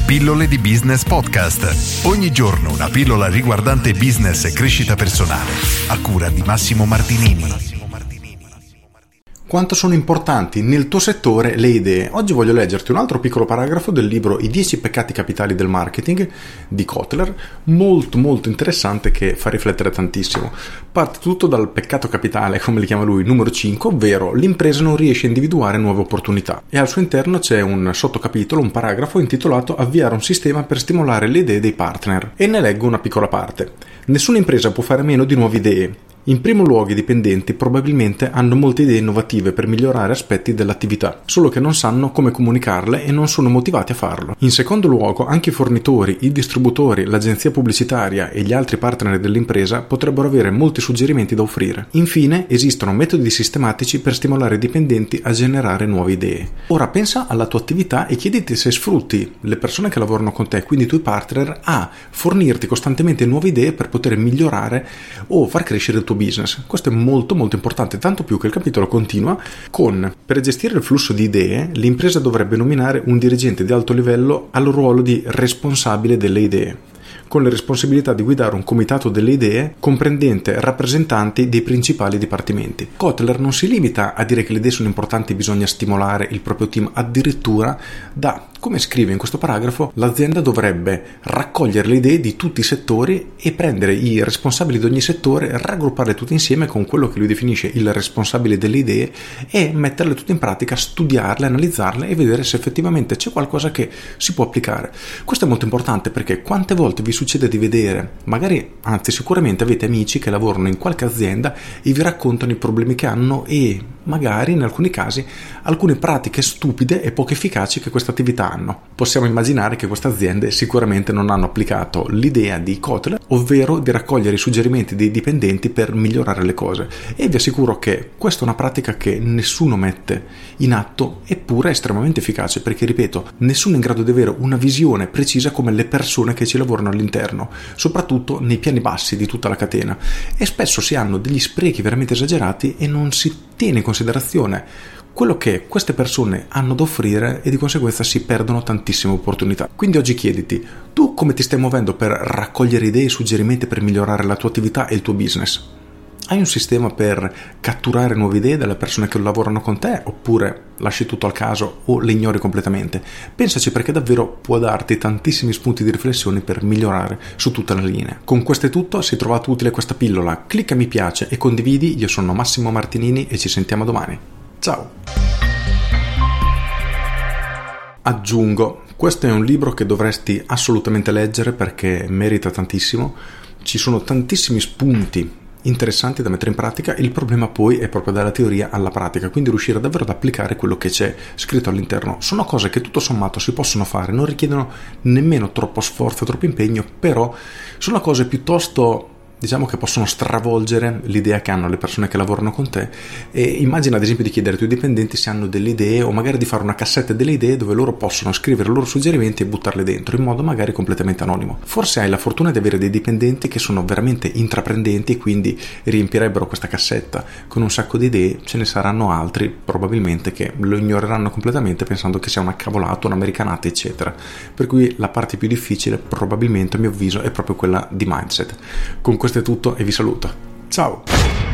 Pillole di Business Podcast. Ogni giorno una pillola riguardante business e crescita personale. A cura di Massimo Martinini. Quanto sono importanti nel tuo settore le idee? Oggi voglio leggerti un altro piccolo paragrafo del libro I 10 peccati capitali del marketing di Kotler, molto interessante, che fa riflettere tantissimo. Parte tutto dal peccato capitale, come li chiama lui, numero 5, ovvero l'impresa non riesce a individuare nuove opportunità, e al suo interno c'è un sottocapitolo, un paragrafo intitolato Avviare un sistema per stimolare le idee dei partner, e ne leggo una piccola parte. Nessuna impresa può fare a meno di nuove idee. In primo luogo i dipendenti probabilmente hanno molte idee innovative per migliorare aspetti dell'attività, solo che non sanno come comunicarle e non sono motivati a farlo. In secondo luogo anche i fornitori, i distributori, l'agenzia pubblicitaria e gli altri partner dell'impresa potrebbero avere molti suggerimenti da offrire. Infine esistono metodi sistematici per stimolare i dipendenti a generare nuove idee. Ora pensa alla tua attività e chiediti se sfrutti le persone che lavorano con te, quindi i tuoi partner, a fornirti costantemente nuove idee per poter migliorare o far crescere il tuo business. Questo è molto importante, tanto più che il capitolo continua con: per gestire il flusso di idee l'impresa dovrebbe nominare un dirigente di alto livello al ruolo di responsabile delle idee, con le responsabilità di guidare un comitato delle idee comprendente rappresentanti dei principali dipartimenti. Kotler non si limita a dire che le idee sono importanti e bisogna stimolare il proprio team, addirittura come scrive in questo paragrafo, l'azienda dovrebbe raccogliere le idee di tutti i settori e prendere i responsabili di ogni settore, raggrupparle tutte insieme con quello che lui definisce il responsabile delle idee e metterle tutte in pratica, studiarle, analizzarle e vedere se effettivamente c'è qualcosa che si può applicare. Questo è molto importante, perché quante volte vi succede di vedere, sicuramente avete amici che lavorano in qualche azienda e vi raccontano i problemi che hanno e magari in alcuni casi alcune pratiche stupide e poco efficaci che questa attività hanno. Possiamo immaginare che queste aziende sicuramente non hanno applicato l'idea di Kotler, ovvero di raccogliere i suggerimenti dei dipendenti per migliorare le cose, e vi assicuro che questa è una pratica che nessuno mette in atto, eppure è estremamente efficace, perché, ripeto, nessuno è in grado di avere una visione precisa come le persone che ci lavorano all'interno, soprattutto nei piani bassi di tutta la catena, e spesso si hanno degli sprechi veramente esagerati e non si tiene in considerazione quello che queste persone hanno da offrire, e di conseguenza si perdono tantissime opportunità. Quindi oggi chiediti: tu come ti stai muovendo per raccogliere idee e suggerimenti per migliorare la tua attività e il tuo business? Hai un sistema per catturare nuove idee dalle persone che lavorano con te, oppure lasci tutto al caso o le ignori completamente? Pensaci, perché davvero può darti tantissimi spunti di riflessione per migliorare su tutta la linea. Con questo è tutto. Se hai trovato utile questa pillola, clicca mi piace e condividi. Io sono Massimo Martinini e ci sentiamo domani. Ciao! Aggiungo, questo è un libro che dovresti assolutamente leggere perché merita tantissimo. Ci sono tantissimi spunti interessanti da mettere in pratica. Il problema poi è proprio dalla teoria alla pratica, quindi riuscire davvero ad applicare quello che c'è scritto all'interno. Sono cose che tutto sommato si possono fare, non richiedono nemmeno troppo sforzo, troppo impegno, però sono cose piuttosto, che possono stravolgere l'idea che hanno le persone che lavorano con te. E immagina ad esempio di chiedere ai tuoi dipendenti se hanno delle idee, o magari di fare una cassetta delle idee dove loro possono scrivere i loro suggerimenti e buttarle dentro in modo magari completamente anonimo. Forse hai la fortuna di avere dei dipendenti che sono veramente intraprendenti e quindi riempirebbero questa cassetta con un sacco di idee. Ce ne saranno altri probabilmente che lo ignoreranno completamente pensando che sia una cavolata, un'americanata, eccetera. Per cui la parte più difficile probabilmente, a mio avviso, è proprio quella di mindset. Con questo è tutto e vi saluto. Ciao!